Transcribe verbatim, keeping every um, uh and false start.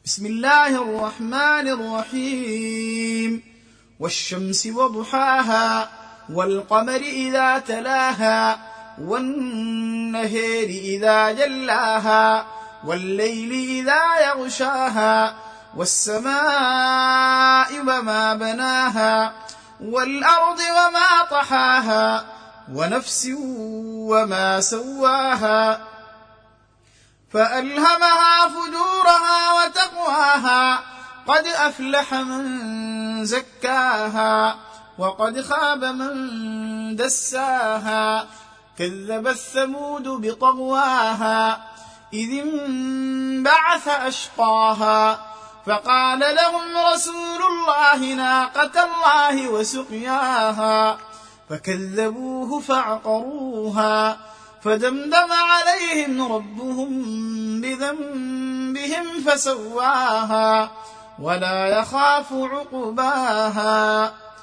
بسم الله الرحمن الرحيم والشمس وضحاها والقمر إذا تلاها والنهر إذا جلاها والليل إذا يغشاها والسماء وما بناها والأرض وما طحاها ونفس وما سواها فألهمها فجورها وتقواها قد أفلح من زكاها وقد خاب من دساها كذبت ثمود بطغواها إذ انبعث أشقاها فقال لهم رسول الله ناقة الله وسقياها فكذبوه فعقروها فدمدم عليهم ربهم بذنبهم فسواها ولا يخاف عقباها